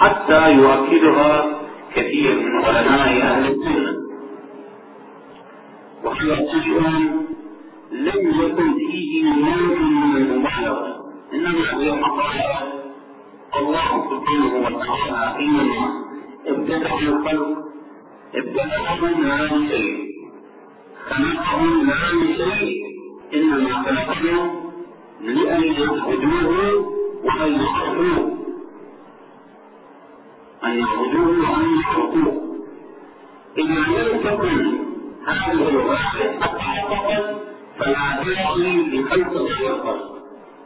حتى يؤكدها كثير من علماء أهل السنة. وهذا شيء لم يكن فيه نوع من المبالغة، إنما هو حقائق. الله سبحانه وتعالى حينما ابتدع الخلق ابتدعهم لا من شيء، خلقهم لا من شيء، إنما خلقهم لأن يعبدوه وأن يعرفوه، أن يعبدوه وأن يعرفوه. إذا لم تكن هذه الغاية قد تحققت فلا داعي لخلق غير الخلق.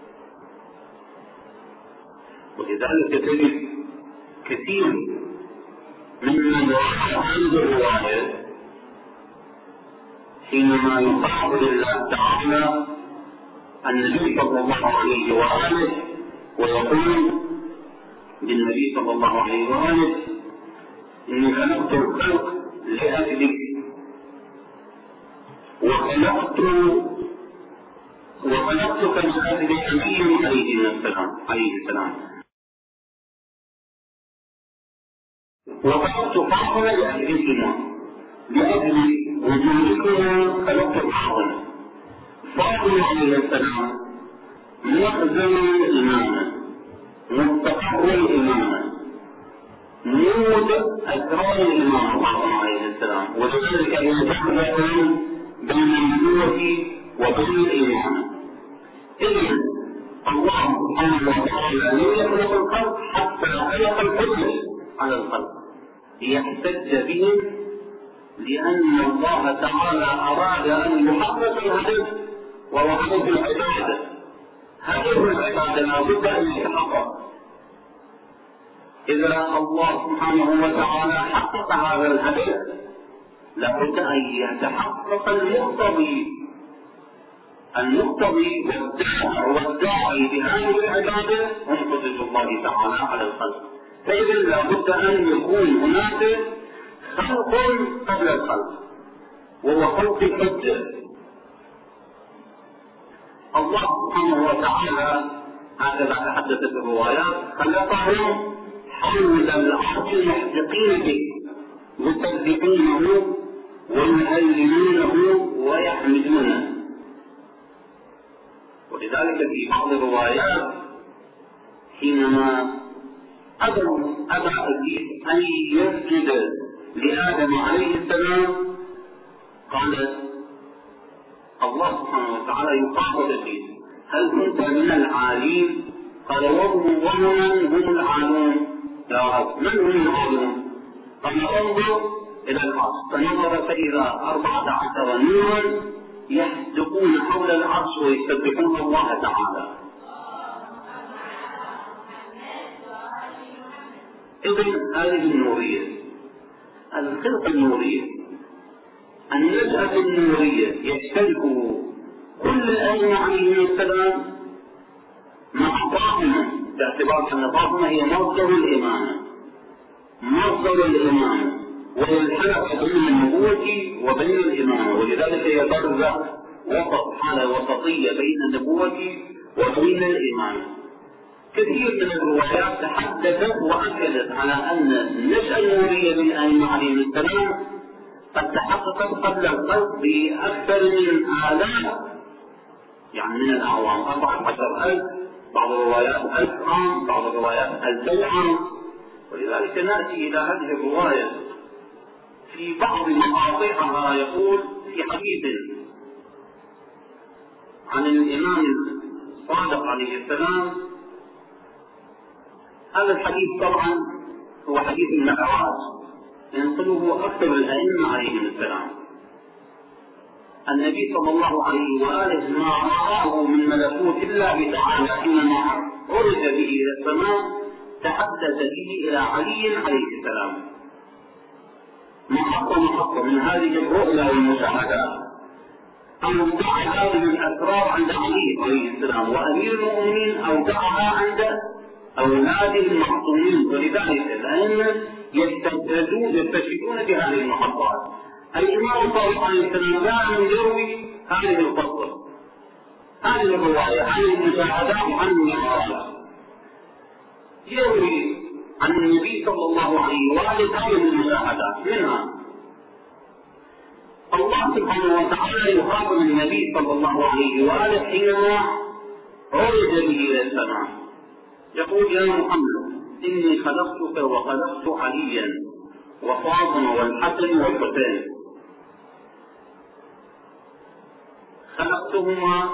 ولذلك تجد كثير ممن وقع عنده الرواية حينما يخاطب الله تعالى النبي صلى الله عليه وآله ويقول للنبي صلى الله عليه وآله: إني خلقت الخلق لأجلك وخلقتك لأجل علي عليه السلام وخلقت فاطمة لأجلكما، لأجل وجودكما خلقت فاطمة. فاطمة عليه السلام مخزن الإمامة، مستقر الإمامة، نود أسرار الإمامة فاطمة عليه السلام، وذلك يتحدث بين النبوة وبين الإمامة. إذن الله سبحانه وتعالى لم يخلق الخلق حتى خلق الحجة على الخلق ليحتج بهم، لأن الله تعالى أراد أن يحقق الهدف وهو هدف العبادة. هدف العبادة لا بد أن يتحقق. إذا الله سبحانه وتعالى حقق هذا الهدف لابد أن يتحقق المقتضي والداعي بهذه العبادة هم قدرة الله تعالى على الخلق. فإذا لابد أن يكون هناك خلق قبل الخلق وهو خلق الحجة. الله سبحانه وتعالى هكذا تحدثت الروايات خلقهم حول العرش محدقين به يسبحونه ويهللونه ويحمدونه. ولذلك في بعض الروايات حينما أبى إبليس أن يسجد لآدم عليه السلام قال الله سبحانه وتعالى يخاطب إبليس: هل كنت من العالين؟ قال: ومن هم العالون يا رب؟ من هم العالون؟ قال: انظر إلى العرش. فنظر فإذا 14 نورا يحدقون حول العرش ويسبحون الله تعالى. إذن هذه النورية، الخلقة النورية، النشأة النورية يشترك كل الأئمة عليهم السلام مع فاطمة، باعتبار أن فاطمة هي مصدر الإمامة وهي الحلقة بين النبوة وبين الإمامة. ولذلك يترجع وسط حالة وسطية بين النبوة وبين الإمامة. كثير من الروايات تحدثت وأكدت على أن النشأة النورية للأئمة عليهم السلام قد تحققت قبل الخلق بأكثر من آلاف، يعني من الأعوام 14,000، بعض الروايات 1000 عام، بعض الروايات 2000 عام. ولذلك نأتي إلى هذه الرواية في بعض مقاطعها يقول في حديث عن الإمام الصادق عليه السلام. هذا الحديث طبعا هو حديث المعراج ينقله أكثر الأئمة عليهم السلام. النبي صلى الله عليه وآله ما رآه من ملكوت الله تعالى حينما عرج به إلى السماء تحدث به إلى علي عليه السلام محطة من هذه الرؤيا والمشاهدات، أودع هذه الأسرار عند علي عليه السلام وأمير المؤمنين، أودعها عند أولاده المعصومين. ولذلك الأئمة يستشهدون بهذه المحطات. الإمام صالح عليه السلام دائما يروي هذه القصة، هذه الرواية، هذه المشاهدات عن المعراج، يروي عن النبي صلى الله عليه وآله هذه المشاهدات. منها الله سبحانه وتعالى يخاطب النبي صلى الله عليه وآله حينما عرج به إلى السماء، يقول: يا محمد إني خلقتك وخلقت عليا وفاطمة والحسن والحسين، خلقتهم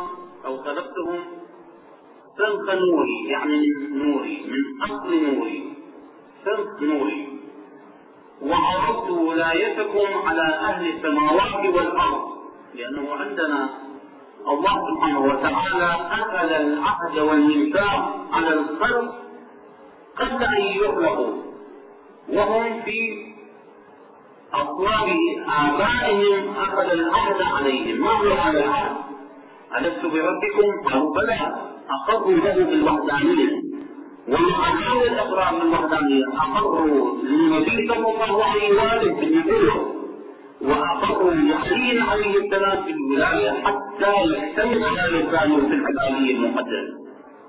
سنخ نوري، يعني من نوري، من أصل نوري، سنخ نوري، وعرضت ولايتكم على أهل السماوات والأرض، لأنه عندنا الله سبحانه وتعالى أخذ العهد والميثاق على الخلق قبل أن يخلقوا، وهم في أصلاب آبائهم أخذ العهد عليهم. ما هو هذا العهد؟ ألست بربكم؟ قالوا بلى، أقروا له بالوحدانية، ومع هذا الإقرار بالوحدانية أقروا للنبي صلى الله عليه وآله بالنبوة، وأقروا لعلي عليه السلام بالولاية حتى يحتمل هذا الثالث في الحكاية المقدسة.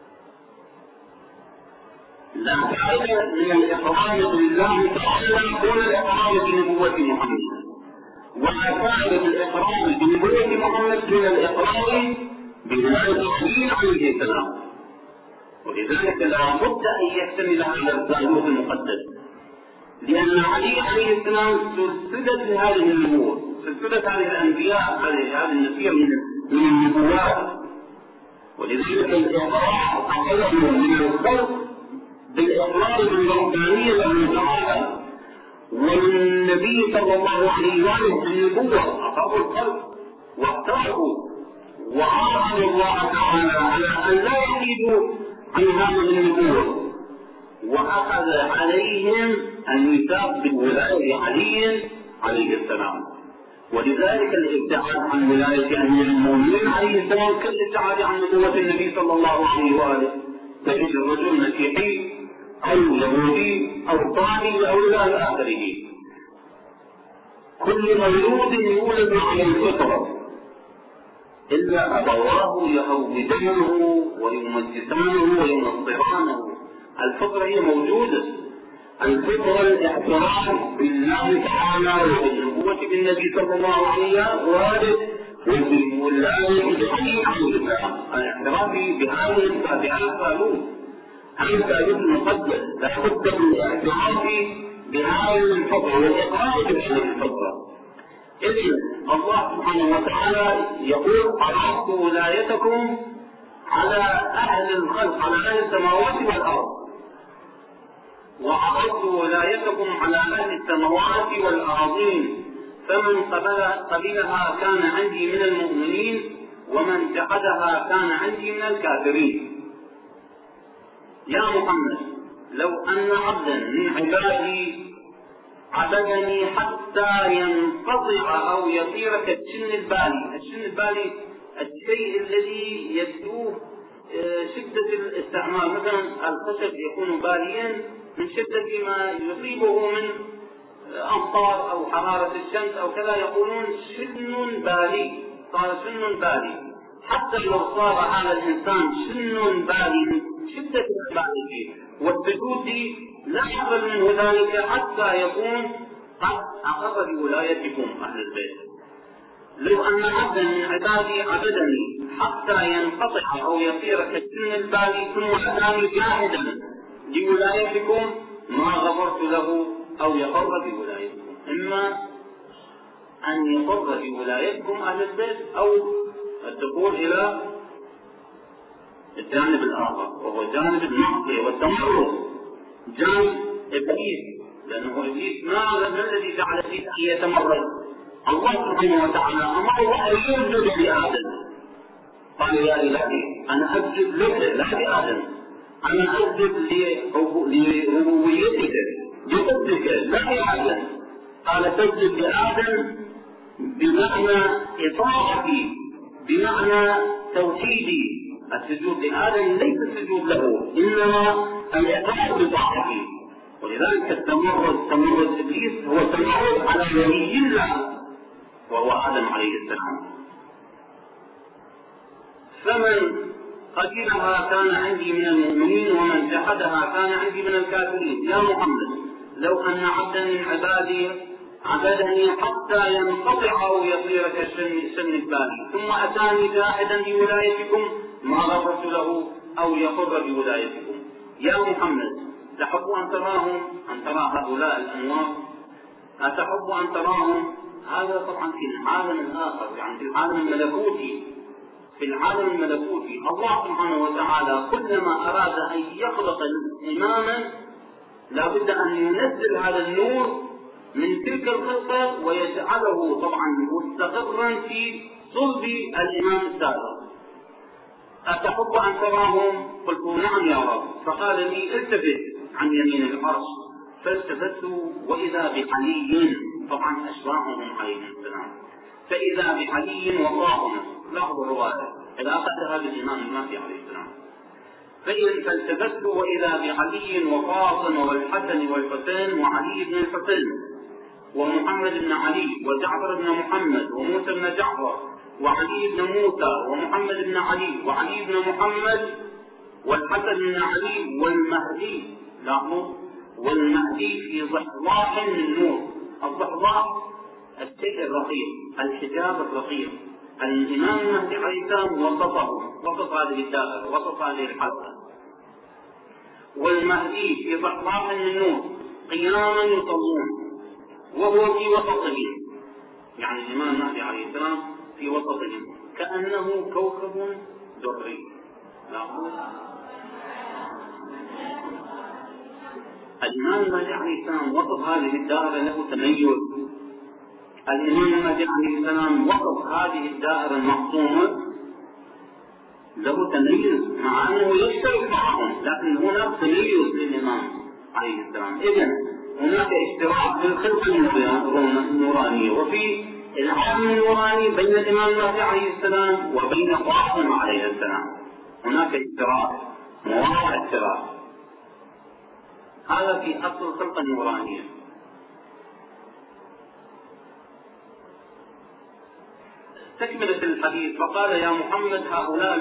لا فائدة من الإقرار بالله تعالى دون الإقرار بنبوة محمد، ولا فائدة الإقرار بنبوة محمد دون الإقرار بولاية علي عليه السلام. ولذلك لا بد أن يحتمل هذا الثالوث المقدس، لأن علي عليه السلام سلسلة هذه النبوة، سلسلة هذه الأنبياء، هذا النسير من النبوات. ولذلك الإقرار أقله من الخلق بالإقرار بالوحدانية له تعالى، والنبي صلى الله عليه وآله بالنبوة أقروا الخلق واختاروا وعاهدوا الله تعالى على أن لا يزيدوا عن هذه النبوة، وأخذ عليهم الميثاق بالولاية علي عليه السلام. ولذلك الابتعاد عن ولاية أمير المؤمنين عليه السلام كالابتعاد عن نبوة النبي صلى الله عليه وآله. تجد الرجل مسيحي أو يهودي أو طائي أو إلى آخره، كل مولود يولد على الفطرة، إلا أبواه يهودانه ويمجسانه وينصرانه. الفطرة هي موجودة، الفطرة الاعتراف بالله تعالى وبالنبوة بالنبي صلى الله عليه وآله وبالولاية بعلي عليه السلام، الاعتراف بهذا الثالوث، هذا الثالوث المقدس، لا بد من الاعتراف بهذه الفطرة والإقرار بهذه الفطرة. إذن الله سبحانه وتعالى يقول: عرضت ولايتكم على أهل الخلق، على أهل السماوات والأرض، وعرضت ولايتكم على أهل السماوات والأرضين، فمن قبلها كان عندي من المؤمنين، ومن جحدها كان عندي من الكافرين. يا محمد، لو أن عبدا من عبادي عبدني حتى ينقطع أو يصير كالشن البالي. الشن البالي الشيء الذي يبدوه شدة الاستعمال، مثلا الخشب يكون باليا من شدة ما يصيبه من أمطار أو حرارة الشمس أو كذا، يقولون شن بالي، صار شن بالي. حتى لو صار هذا الإنسان شن بالي من شدة الإقبال فيه والسجود لا يقبل منه ذلك حتى يكون قد أخذ بولايتكم أهل البيت. لو أن عبدا من عبادي عبدني حتى ينقطع أو يصير كالسن البالي ثم أتاني جاهدا لولايتكم ما غفرت له أو يقر بولايتكم. إما أن يقر بولايتكم أهل البيت أو الدخول إلى الجانب الآخر، وهو جانب المعصية والتمرد، جانب إبليس، لأنه إبليس ما الذي جعل إبليس أن يتمرد؟ الله سبحانه وتعالى أمره أن يسجد لآدم، قال: يا إلهي أنا أسجد لك لا لآدم، أنا أسجد لربوبيتك لقدسك لا لآدم. قال: تسجد لآدم بمعنى إطاعتي، بمعنى توحيدي. السجود لآدم ليس السجود له، إنما الإطاعة بطاعته. ولذلك تمرد إبليس هو التمرد على ولي الله وهو آدم عليه السلام. فمن قتلها كان عندي من المؤمنين ومن جحدها كان عندي من الكافرين. يا محمد لو أن عبدا من عبادي عبدني حتى ينقطع أو يصير كسن البالي ثم أتاني جاحدا بولايتكم ما غفرت له أو يقر بولايتكم. يا محمد تحب أن ترى هؤلاء الأنوار؟ أتحب أن تراهم؟ هذا طبعا في العالم الآخر، يعني في العالم الملكوتي. في العالم الملكوتي الله سبحانه وتعالى كلما أراد أن يخلق إماما لا بد أن ينزل هذا النور من تلك الخلقة ويجعله طبعا مستقرا في صلب الإمام السابق. أتحب أن تراهم؟ قلت نعم يا رب. فقال لي التفت عن يمين العرش، فالتفت وإذا بعلي، طبعا أشباههم عليه السلام، فإذا بعلي وفاطمة. لاحظوا الرواية إذا أخذها بالإمام المهدي عليه السلام. فالتفت وإذا بعلي وفاطمة والحسن والحسين وعلي بن الحسين ومحمد بن علي وجعفر بن محمد وموسى بن جعفر وعلي بن موسى ومحمد بن علي وعلي بن محمد والحسن بن علي والمهدي. لاحظوا والمهدي في ضحضاح من نور. الضحضاح الشيء الرقيق، الحجاب الرقيق. الإمام المهدي عليه السلام وسط هذه الدائرة، وسط هذه الحلقة. والمهدي في ضحضاح من نور قياما يصلون وهو في وسطهم، يعني الإمام المهدي عليه السلام في وسطهم كأنه كوكب دري. الإمام المهدي عليه السلام وسط هذه الدائرة له تميز. الإمام المهدي عليه السلام وسط هذه الدائرة المقسومة له تميز، مع أنه يشترك معهم لكن هناك تميز للإمام عليه السلام. إذن هناك اشتراك في الخلقة النورانية وفي العالم النوراني بين الإمام المهدي عليه السلام وبين فاطمة عليه السلام. هناك اشتراك، مواقع اشتراك. هذا في أصل الخلقة النورانية. تكملة الحديث فقال يا محمد هؤلاء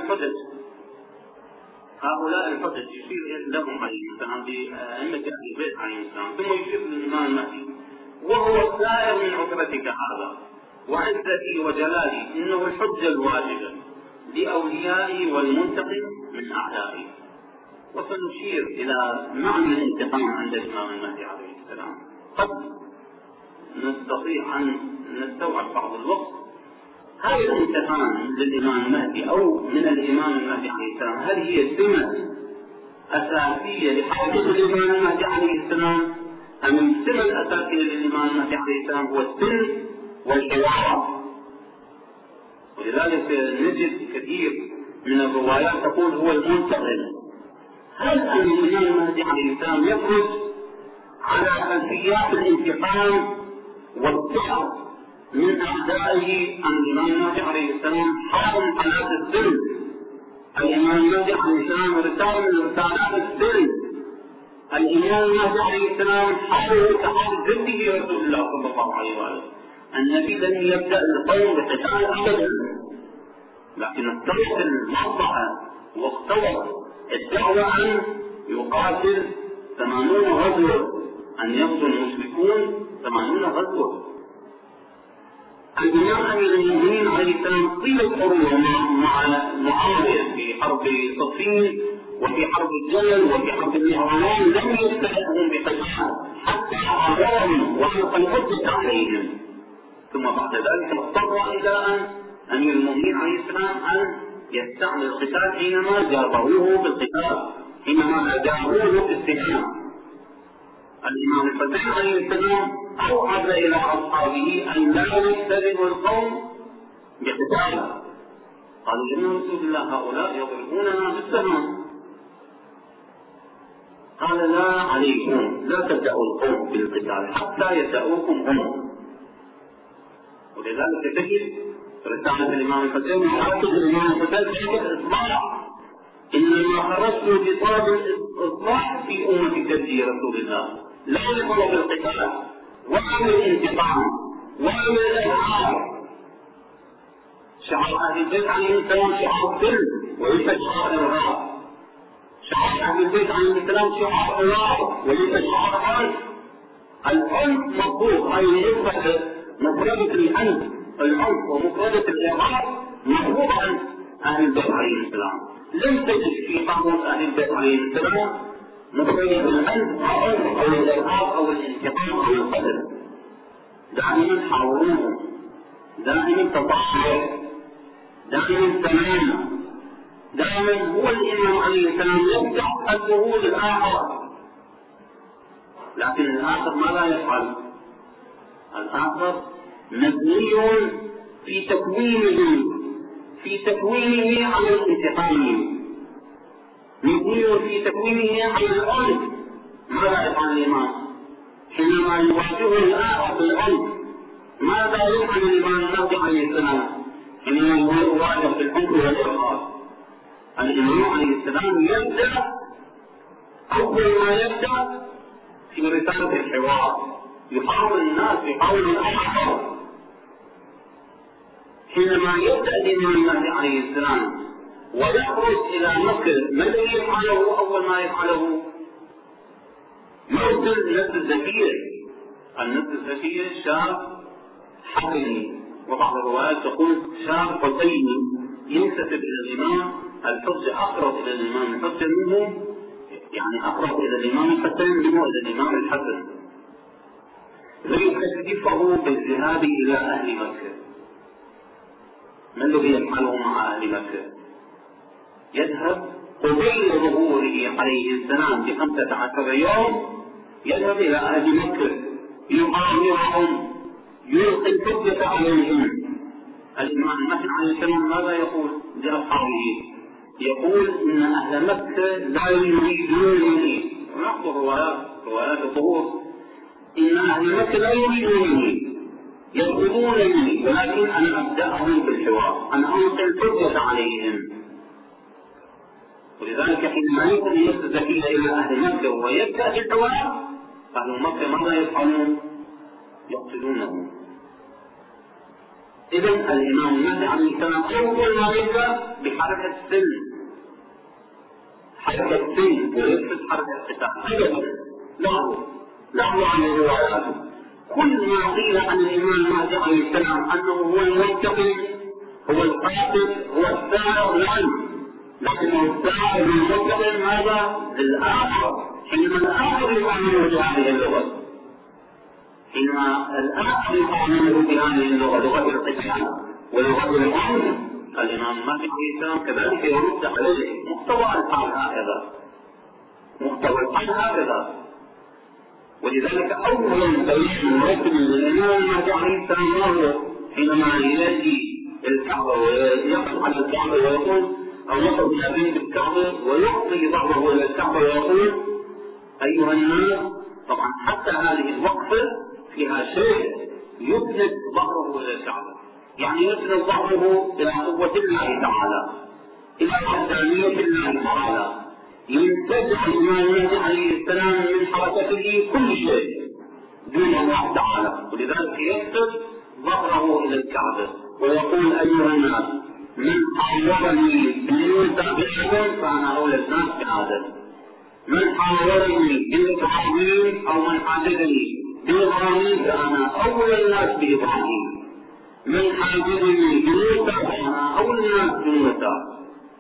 الحجج يشير لهم عليه السلام بأئمة أهل البيت عليه السلام، ثم يشير للإمام المهدي وهو السائر من عتبتك هذا وعزتي وجلالي إنه الحجة الواجبة لأوليائي والمنتقم من أعدائي. وسنشير إلى معنى الانتقام عند الإمام المهدي عليه السلام. قد نستطيع أن نستوعب بعض الوقت هذا الانتقام للإمام المهدي أو من الإمام المهدي عليه السلام، هل هي سمة أساسية لحقيقة الإمام المهدي عليه السلام أم السمة الأساسية للإمام المهدي عليه السلام هو السن والحوار؟ ولذلك نجد كثير من الروايات تقول هو المنتقم. هل أن الإمام المهدي عليه السلام يخرج على خلفيات الانتقام والدعم من أعدائه أم الإمام المهدي عليه السلام حاول حالات السلم؟ الإمام المهدي عليه السلام رسالة من رسالات السلم. الإمام المهدي عليه السلام حاول تحاول جده رسول الله صلى الله عليه وآله. النبي لم يبدأ القوم بقتال أبدا، لكن استوت المصلحة واقتضت الدعوة أن يقاتل 80 غزوة، أن يغزو المشركون 80 غزوة. الإمام أمير المؤمنين عليه السلام طيلة حروبه مع معاوية في حرب صفين وفي حرب الجمل وفي حرب النهروان لم يستحقهم بقتال حتى عبرهم وألقى الحجة عليهم. ثم بعد ذلك اضطر إلى أن أمير المؤمنين عليه السلام أن يستعمل القتال حينما جابروه بالقتال، حينما أجابوه بالسهام. الإمام الحسين عليه السلام أوعد إلى أصحابه أن لا يستبدوا القوم بقتاله. قالوا إن رسول الله هؤلاء يضربوننا بالسهم. قال لا عليكم، لا تبدأوا القوم بالقتال حتى يدعوكم هم. ولذلك تجد رسالة الإمام الحسين وحافظ الإمام الحسين في الإصلاح، إنما خرجت بطلب الإصلاح في أمة جدي رسول الله، لا لطلب القتال ولا للانتقام ولا للإرهاب. شعار أهل البيت عليه السلام شعار سلم، وليس شعار إرهاب. شعار أهل البيت عليه السلام شعار حوار وليس شعار عنف. العنف مطلوب، أي نسبة مفردة العنف ومفردة الإرهاب مطلوب عن أهل البيت عليه السلام. لم تجد في قاموس أهل البيت عليه السلام مفردة العنف أو الإرهاب أو الانتقام أو القتل. دائما حاولوهم، دائما تطاعوا، دائما سلام، دائما هو الإمام عليه السلام يفتح قلبه للآخر. لكن الآخر ماذا يفعل؟ الآخر مبني في تكوينه على الانتقام، مبني في تكوينه على العنف. ماذا يفعل الإمام حينما يواجهه الآخر بالعنف؟ ماذا يفعل الإمام المهدي عليه السلام حينما يواجه بالعنف والإرهاب؟ الإمام عليه السلام يبدأ أول ما يبدأ في رسالة الحوار، يحاول الناس، يحاول الآخر. حينما يبدأ الإمام المهدي عليه السلام ويخرج إلى مكة، ما الذي يفعله أول ما يفعله؟ يرسل النفس الذكية. النفس الذكية شاب حقيقي، وبعض الروايات تقول شاب قصيني ينسسب إلى الإمام. الحجة أقرب إلى الإمام الحسن منه، يعني أقرب إلى الإمام الحسن منه إلى الإمام الحسن. ليكلفه بالذهاب إلى أهل مكة. ما الذي يفعله مع أهل مكة؟ يذهب قبيل ظهوره عليه السلام ب15 يوم، يذهب إلى أهل مكة يقاومهم، يلقي الحجة عليهم. الإمام المهدي عليه السلام ماذا يقول لأصحابه؟ يقول إن أهل مكة لا يريدونني. ونحضر روايات الظهور، إن أهل مكة لا يريدونني، يرفضونني، ولكن أنا أبدأهم بالحوار، أنا ألقي الحجة عليهم. ولذلك حينما يكون النفس الذكية إلى أهل مكة ويبدأ بالحوار، أهل مكة ماذا يفعلون؟ يقتلونه. إذا الإمام المهدي عليه السلام أول ما يبدأ بحركة السلم، حركة السلم وليست حركة القتال أبدا. لاحظوا عن الروايات، كل ما قيل عن الإمام المهدي عليه السلام أنه هو المنتقم، هو القاتل، هو السائر، نعم، لكنه السائر المنتقم ماذا؟ للآخر. حينما الآخر يؤمن بهذه اللغة، حينما الآخر يؤمن بهذه اللغة، لغة القتال ولغة العنف، الإمام المهدي عليه السلام كذلك يرد عليه. محتوى الحال هكذا، محتوى الحال هكذا. ولذلك أول بيان رسم للإمام المهدي عليه السلام هو حينما يأتي الكعبة ويقف على الكعبة ويقول، أو يقف إلى بيت الكعبة ويعطي ظهره إلى الكعبة ويقول أيها الناس. طبعا حتى هذه الوقفة فيها شيء يسند ظهره إلى الكعبة، يعني يسند ظهره إلى قوة الله تعالى، إلى وحدانية الله تعالى. ينتزع الإمام المهدي عليه السلام من حركته كل شيء دون الله تعالى، ولذلك يكتب ظهره إلى الكعبة ويقول أيها الناس من حاورني بموسى بآدم فأنا أولى الناس بآدم، من حاورني بإبراهيم أو من حاجزني بإبراهيم فأنا أولى الناس بإبراهيم، من حاجزني بموسى فأنا أولى الناس بموسى،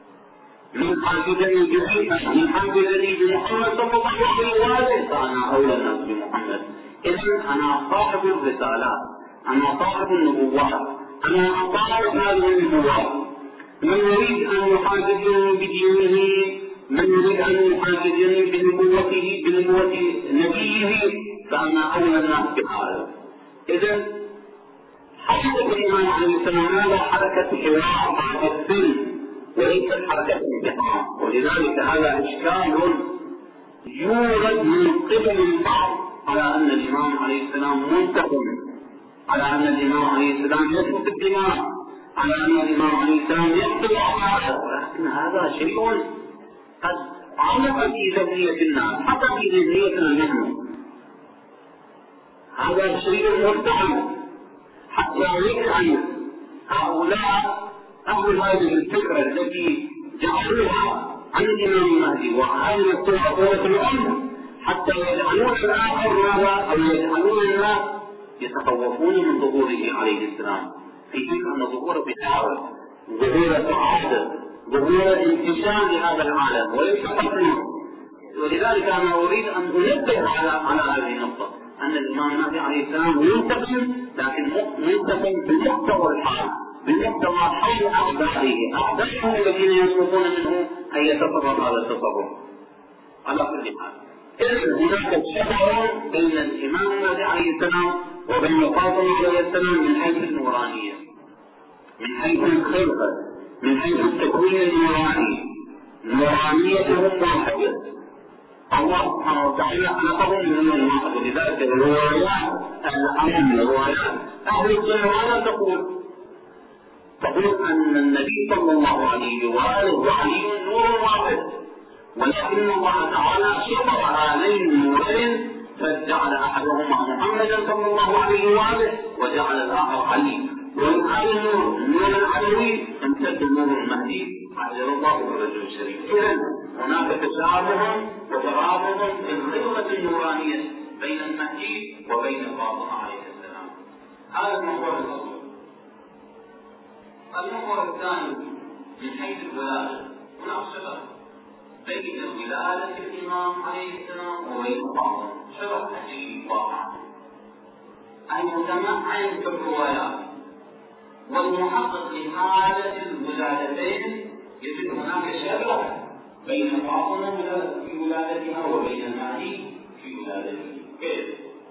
من حاجزني بعيسى، من حاجزني بمحمد صلى الله عليه وسلم فأنا أولى الناس بمحمد. إذن أنا صاحب الرسالات، أنا صاحب النبوات، أنا صاحب هذه النبوات. من يريد أن يحاجزني بدينه، من يريد أن يحاجزني بنبوة نبيه فأنا أولى الناس بهذا. إذن حركة الإمام عليه السلام هذا حركة حوار، حركة سلم، وليست حركة انتقام. ولذلك هذا إشكال يورد من قبل البعض على أن الإمام عليه السلام منتقم، على أن الإمام عليه السلام يسفك الدماء، على أن الإمام عليه السلام يقتل أعداءه. ولكن هذا شيء قد عمق في ذهنية الناس، حتى في ذهنيتنا نحن. هذا شيء مرتعب حتى يفهم هؤلاء أهل هذه الفكرة التي جعلوها عن الإمام المهدي وعن قوة الأمة حتى يجعلون الآخر ماذا؟ أو يجعلون الناس يتخوفون من ظهوره عليه السلام، في حين أن ظهوره بتعاون، ظهور سعادة، ظهور انتشار لهذا العالم وليس قتله. ولذلك أنا أريد أن أنبه على هذه النقطة، أن الإمام المهدي عليه السلام منتقم، لكن منتقم بمقتضى الحال، بمقتضى حال أعدائه الذين يطلبون منه أن يتصرف هذا التصرف. على كل حال إذن هناك شبه بين الإمام المهدي عليه السلام وبين فاطمة عليه السلام من حيث النورانية، من حيث الخلقة، من حيث التكوين النوراني، نورانيتهم واحدة. الله سبحانه وتعالى خلقهم من نور واحد، ولذلك الروايات الأهم روايات أهل السنة ولا تقول أن النبي صلى الله عليه وآله وعلي نور واحد، ولكن الله تعالى شطر هذين النورين فجعل أحدهما محمدا صلى الله عليه وآله وجعل الآخر علي، وهذا النور العلوي امتد نور المهدي عجل الله بالرجل الشريف. إذن هناك تشابه وترابط في الخلقة النورانية بين المهدي وبين فاطمة عليه السلام. هذا المحور الأول. المحور الثاني من حيث الولادة، هناك شبه بين ولادة الإمام عليه السلام وبين فاطمة، شبه عجيب واقع المتمعن في الروايات، والمحقق لحالة الولادتين يجد هناك شبه بين فاطمة في ولادتها وبين المهدي في ولادته. كيف؟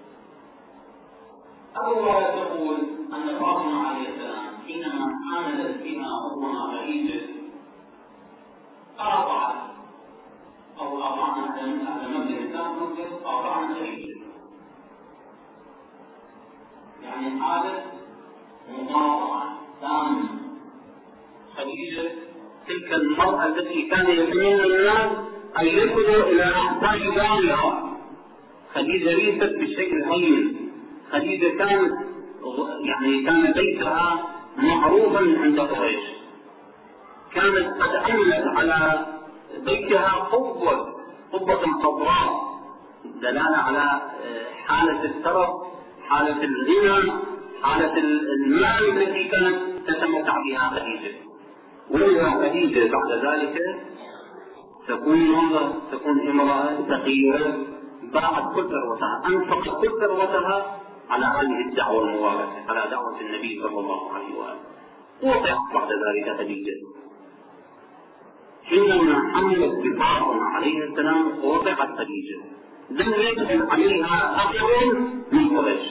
الرواية تقول أن فاطمة عليه السلام حينما حملت بها أمها خديجة أرضعت أو أرضعن على مبدأ الإسلام أرضعن خديجة، يعني حالة مقاطعة تامة. خديجة تلك المرأة التي كان يتمنى الناس أن يصلوا إلى أحسان دارها. خديجة ليست بالشكل هين، خديجة كان بيتها معروفا عند قريش، كانت قد عملت على بيتها قبة خضراء دلالة على حالة الثرف، حالة الغنى، حالة المال التي كانت تتمتع بها خديجة. ولذا خديجة بعد ذلك تكون امرأة ثقيلة باعت كل ثروتها، أنفقت كل ثروتها على هذه الدعوة المباركة، على دعوة النبي صلى الله عليه وآله. وقعت بعد ذلك خديجة حينما حملت بفاطمة عليه السلام، وقعت خديجة لم يدخل عليها أحد من قريش،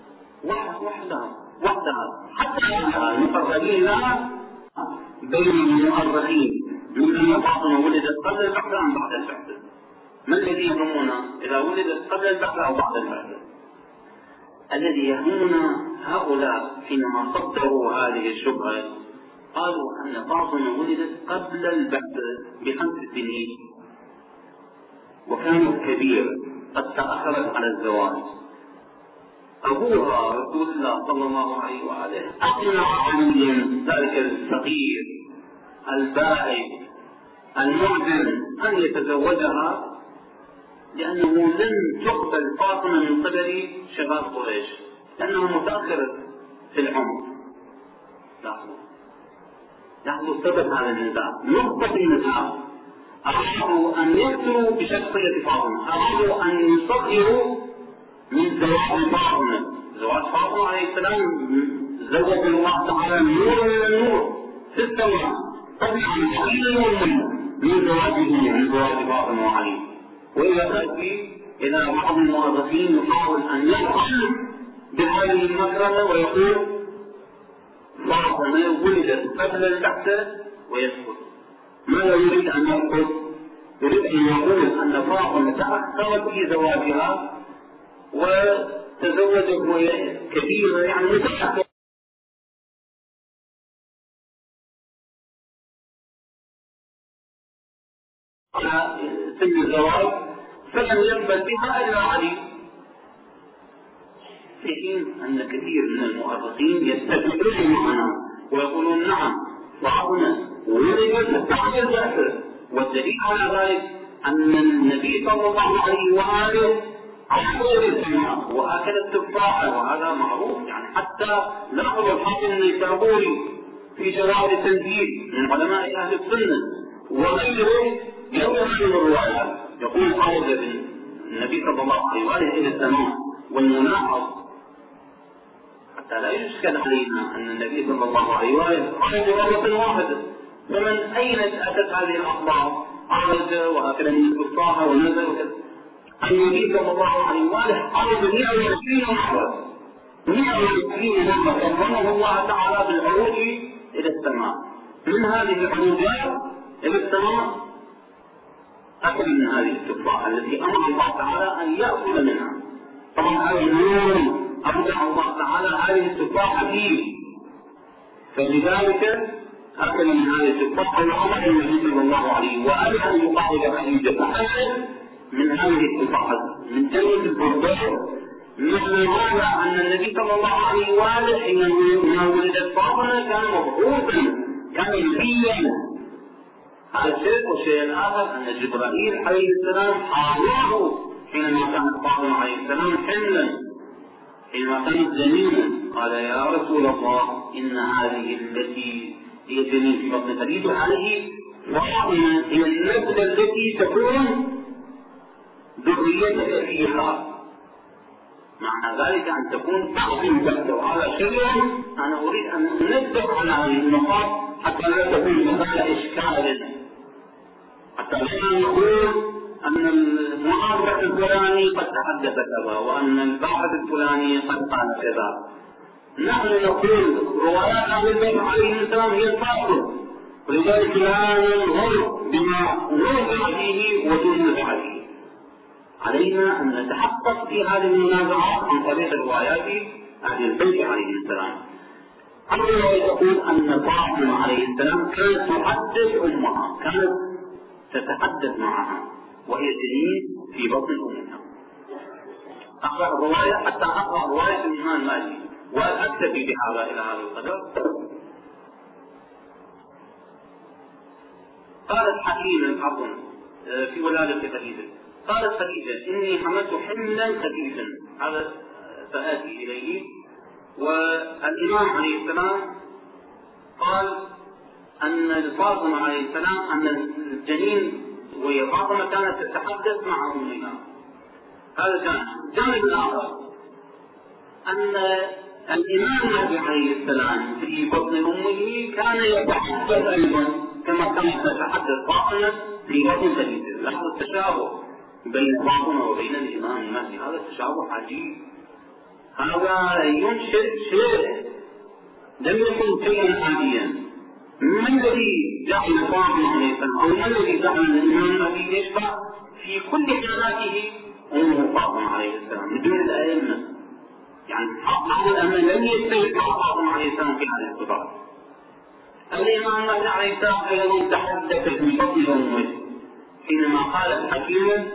وحدها حتى المقربين لها بين المؤرخين من أن فاطمة ولدت قبل البعث أم بعد البعث. ما الذي يهمنا إذا ولدت قبل البعث أو بعد البعث؟ الذي يهمنا هؤلاء حينما صدروا هذه الشبهة قالوا أن فاطمة ولدت قبل البعث ب5 سنين، وكانت كبيرة قد تأخرت على الزواج. أبوها رسول الله صلى الله عليه وآله أقنع عليا ذلك الفقير البائع المعدم أن يتزوجها، لأنه لن تقبل فاطمة من قبل شباب قريش لأنها متأخرة في العمر. لاحظوا سبب هذا النزاع، نقطة النزاع. أرادوا أن يقتلوا بشخصية فاطمة، أرادوا أن يصغروا من زواج فاطمة. زواج فاطمة عليه السلام زوج الله تعالى نور من النور في السماء، طبعا قليلا من زواج فاطمة وعلي. وإذا تأتي إلى بعض المؤرخين يحاول أن يفعل بهذه المسألة ويقول فاطمة ولدت قبل البعث ويسكت. ماذا يريد أن يقول؟ يريد أن يقول أن فاطمة تأخرت في زواجها وتزوجت وهي كبيرة، يعني متأخرة على سن الزواج، فلم يقبل بها إلا علي. في حين أن كثير من المؤرخين يستدلون معنا ويقولون نعم فاطمة ولدت تعمل بأسه. والدليل على ذلك أن النبي صلى الله عليه وآله أخبر السماء وأكل التفاحة، وهذا معروف. يعني حتى لاحظوا الحافظ النيسابوري في جواهر التنزيل من علماء أهل السنة وغيره يروي هذه الروايات، يقول خرج النبي صلى الله عليه وآله إلى السماء. والملاحظ حتى لا يشكل علينا أن النبي صلى الله عليه وآله خرج مرة واحدة، فمن أين أتت هذه الأخبار؟ خرج وأكل من التفاحة ونزل وكذا. النبي صلى الله عليه وآله خرج 120 مرة، 120 مرة كرمه الله تعالى بالعروج إلى السماء. من هذه العروجات إلى السماء أكل من هذه التفاحة التي أمر الله تعالى أن يأكل منها. طبعا هذا النور أودع الله تعالى هذه التفاحة فيه، فلذلك أكل من هذه التفاحة وأمر النبي صلى الله عليه وآله أن يقعد خديجة من هذه التفاحة من جنة الفردوس. مثل هذا أن النبي صلى الله عليه وآله حينما ولدت فاطمة كان مبعوثا، كان نبيا. هذا الشيء. والشيء الآخر أن جبرائيل عليه السلام حاوره حينما كانت فاطمة عليه السلام حملا، حينما كانت جنينا، قال يا رسول الله إن هذه التي هي جنين في بطن خديجة عليه فاطمة هي النسل التي تكون ذريتك فيها، معنى ذلك أن تكون تعظم بك. وهذا شيء أنا أريد أن ننبه على هذه النقاط حتى لا تكون مسألة إشكال، حتى لا نقول أن المؤرخ الفلاني قد تحدث كذا وأن الباحث الفلاني قد قال كذا. نحن نقول روايات أهل البيت عليهم السلام هي الفاصل، ولذلك لا ننظر بما نرجع فيه ودون عليه. علينا أن نتحقق في هذه المنازعات عن طريق روايات أهل البيت عليهم السلام. أولا يقول أن فاطمة عليه السلام كانت تحدث أمها، كانت تتحدث معها وهي جنين في بطن أمها. أقرأ الرواية حتى أقرأ رواية الإمام مالك وأكتفي بهذا إلى هذا القدر. قالت حكيمة أظن في ولادة خديجة، قالت خديجة إني حملت حملا خفيفا، هذا سآتي إليه. والإمام عليه السلام قال أن فاطمة عليه السلام أن الجنين وهي فاطمة كانت تتحدث مع أمها. هذا كان. الجانب الآخر أن الإمام عليه السلام في بطن أمه كان يتحدث أيضا كما كانت تتحدث فاطمة في بطن خديجة. لاحظوا التشابه بين فاطمة وبين الإمام المهدي، هذا التشابه عجيب. هذا ينشئ شيء لم يكن شيئا عاديا. ما الذي جعل فاطمة عليه السلام أو ما الذي جعل الإمام المهدي يشفع في كل حالاته أمه فاطمة عليه السلام بدون الأئمة؟ يعني بعض الأئمة لم يستيقظ فاطمة عليه السلام في هذه الصفات. الإمام المهدي عليه السلام أيضا تحدث في بطن أمه حينما قالت حكيمة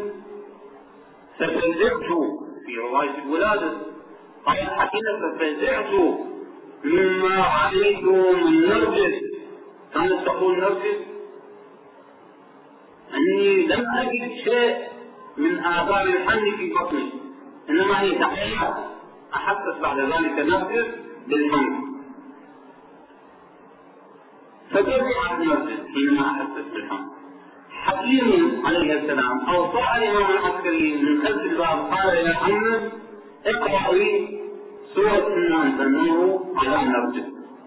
ففزعت في رواية الولادة، قالت حكيمة ففزعت مما رأيت من نرجس. كانت تقول نرجس أني لم أجد شيء من آثار الحمل في بطني، إنما هي تحيات. أحسس بعد ذلك نرجس بالحمل، ففزعت نرجس حينما أحسس بالحمل. حكيم عليه السلام أوصى الإمام العسكري من خلف الباب قال يا محمد اقرأ لي سورة إنا أنزلناه على نرجس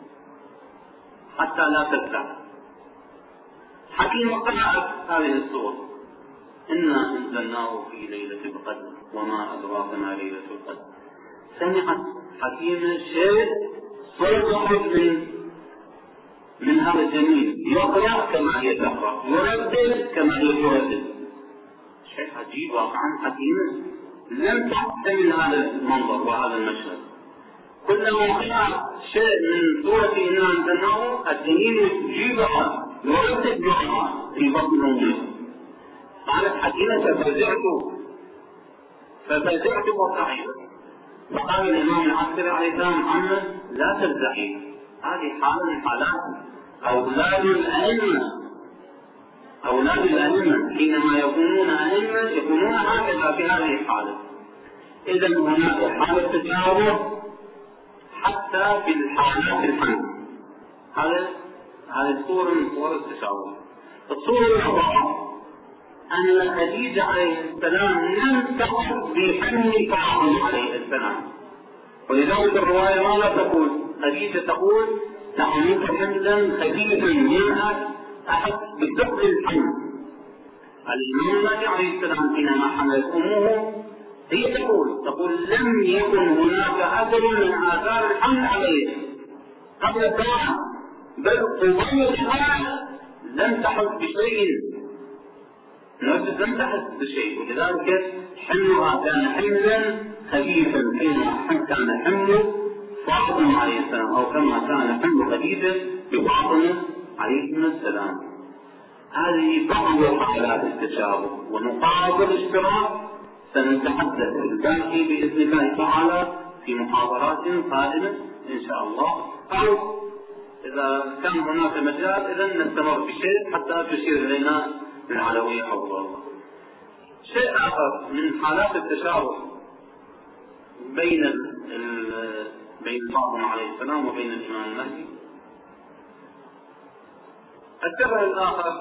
حتى لا تدفع. حكيم قرأت هذه السورة إنا أنزلناه في ليلة القدر وما أدراك ما ليلة القدر. سمعت حكيم شيء صوت من هذا الجميل يقرأ كما هي تقرأ، يردد كما هي تردد. شيء عجيب واقعا. حكيم لم تحتمل هذا المنظر وهذا المشهد. كلما قرأ شيء من سورة إنا أنزلناه الجميل يجيبها يردد معها في بطن أمه. قالت حكيمة ففزعت وارتعبت. فقال الإمام العسكري عليه السلام محمد لا تفزعي، هذه حالة من حالات أولاد الأئمة حينما يكونون أئمة يكونون هكذا في هذه الحالة. إذا هناك حالة تشابه حتى في الحالات الخمس. هذه صورة من صور التشابه. الصورة الأخرى أن خديجة عليه السلام لم تقل بحمل فاطمة عليه السلام، ولذلك الرواية ماذا تقول؟ خديجة تقول تحملت حملا خفيفا منها أحس بثقل الحمل. الإمام المهدي عليه السلام حينما حملت أمه هي تقول لم يكن هناك أثر من آثار الحمل عليه قبل الساعة، بل قبيلها لم تحس بشيء، لم تحس بشيء، ولذلك حملها كان حملا خفيفا كما كان حمل فاطمة عليه السلام، أو كما كان حمل خديجة بفاطمة عليه السلام. هذه بعض حالات التشابه، ونقاط الاشتراك سنتحدث الباقي بإذن الله تعالى في محاضرات قادمة إن شاء الله، أو إذا كان هناك مجال إذن نستمر بشيء حتى تشير إلينا العلوية حفظه الله. شيء آخر من حالات التشابه بين فاطمة عليه السلام وبين الإمام المهدي، الشبه الآخر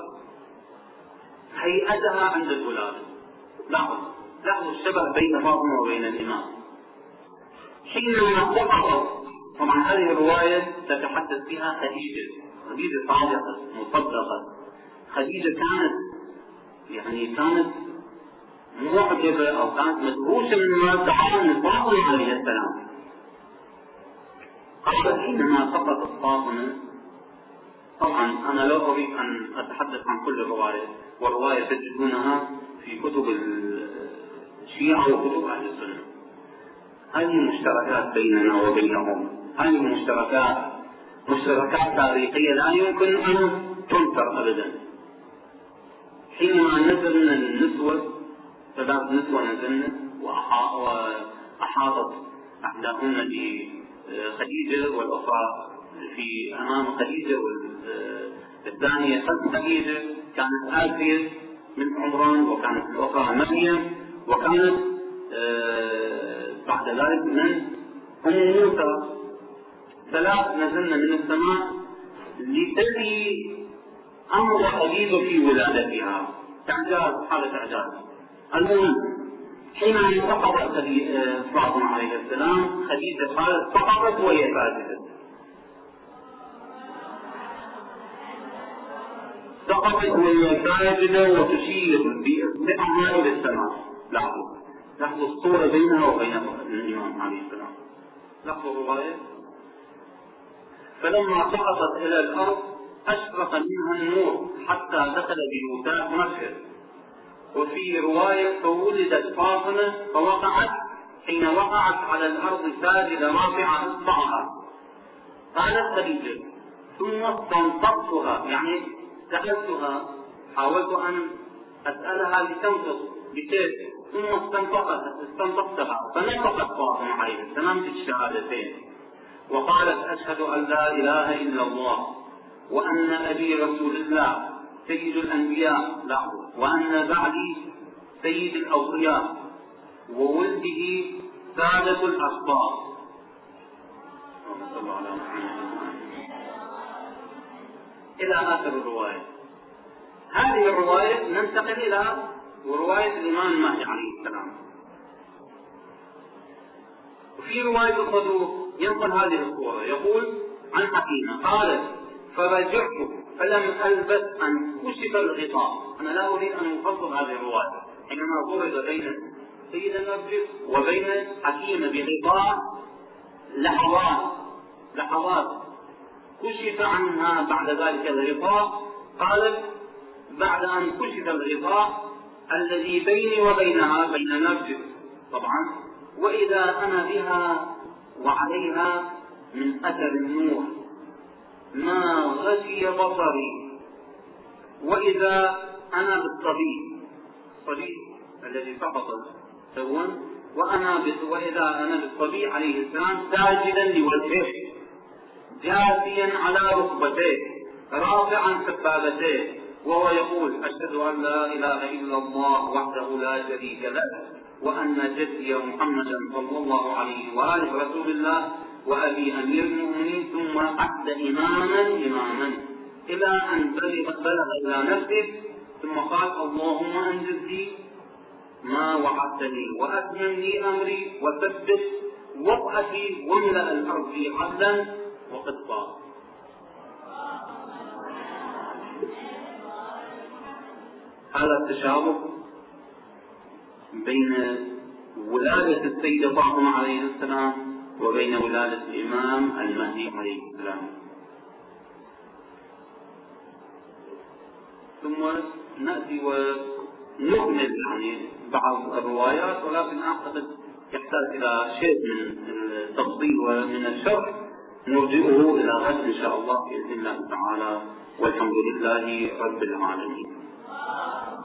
هيئتها عند الولادة. لاحظوا الشبه بين فاطمة وبين الإمام حينما سقطت. طبعا هذه الرواية تتحدث فيها خديجة صادقة مصدقة. خديجة كانت معجبة أو كانت مدهوشة مما تعامل فاطمة عليه السلام. قالت حينما سقطت فاطمة، طبعا أنا لا أريد أن أتحدث عن كل الرواية، والرواية تجدونها في كتب الشيعة وكتب أهل السنة. هذه مشتركات بيننا وبينهم، هذه مشتركات تاريخية لا يمكن أن تنكر أبدا. حينما نزلنا النسوة، 3 نسوة نزلنا وأحاطت أحداهن بخديجة والأخرى في أمام خديجة، والثانية خلف خديجة كانت آسيا من عمران، وكانت الأخرى مريم، وكانت بعد ذلك من أم موسى. 3 نزلنا من السماء لتلي أمر خديجة في ولادتها. إعجاز، حالة إعجاز. المهم حينما سقطت فاطمة عليه السلام، خديجة قالت سقطت وهي ساجدة، سقطت وهي ساجدة وتشير بأصبعها إلى السماء. لاحظوا الصورة بينها وبين الإمام عليه السلام. لاحظوا الرواية. فلما سقطت إلى الأرض أشرق منها النور حتى دخل بيوتات مكة. وفي رواية فولدت فاطمة فوقعت، حين وقعت على الأرض ساجدة رافعة إصبعها. قالت خديجة ثم استنطقتها، يعني سألتها، حاولت أن أسألها لتنطق بشيء، ثم استنطقتها فنطقت فاطمة عليه السلام بالشهادتين وقالت أشهد أن لا إله إلا الله وأن أبي رسول الله سيد الأنبياء وأن بعدي سيد الأوصياء وولده سادة الأصباط. إلى آخر الرواية. هذه الرواية ننتقل إلى رواية الإمام المهدي عليه السلام. وفي رواية الصدوق ينقل هذه الصورة، يقول عن حكيمة قالت فرجعت فلم ألبث أن كشف الغطاء. أنا لا أريد أن أفصل هذه الرواية. حينما ضرب بين سيد النرجس وبين حكيمة بغطاء لحظات كشف عنها بعد ذلك الغطاء. قالت بعد أن كشف الغطاء الذي بيني وبينها بين النرجس طبعا، وإذا أنا بها وعليها من أثر النور ما غشي بصري، وإذا أنا بالصبي الذي سقط سوا، وإذا أنا بالصبي عليه السلام ساجدا لوجهه جاثيا على ركبتيه رافعا سبابتيه وهو يقول: أشهد أن لا إله إلا الله وحده لا شريك له، وأن جدي محمدا صلى الله عليه وآله رسول الله، وأبي أمير المؤمنين، ثم عد إماما إلى أن بلغ إلى نفسه، ثم قال: اللهم أنجز لي ما وعدتني، وأتمم لي أمري، وثبت وضعتي، واملأ الأرض عدلا وقسطا. هذا التشابه بين ولادة السيدة فاطمة عليه السلام وبين ولادة الإمام المهدي عليه السلام. ثم نأتي ونكمل بعض الروايات، ولكن أعتقد يحتاج إلى شيء من التفصيل ومن الشرح، نرجئه إلى غد إن شاء الله بإذن الله تعالى، والحمد لله رب العالمين.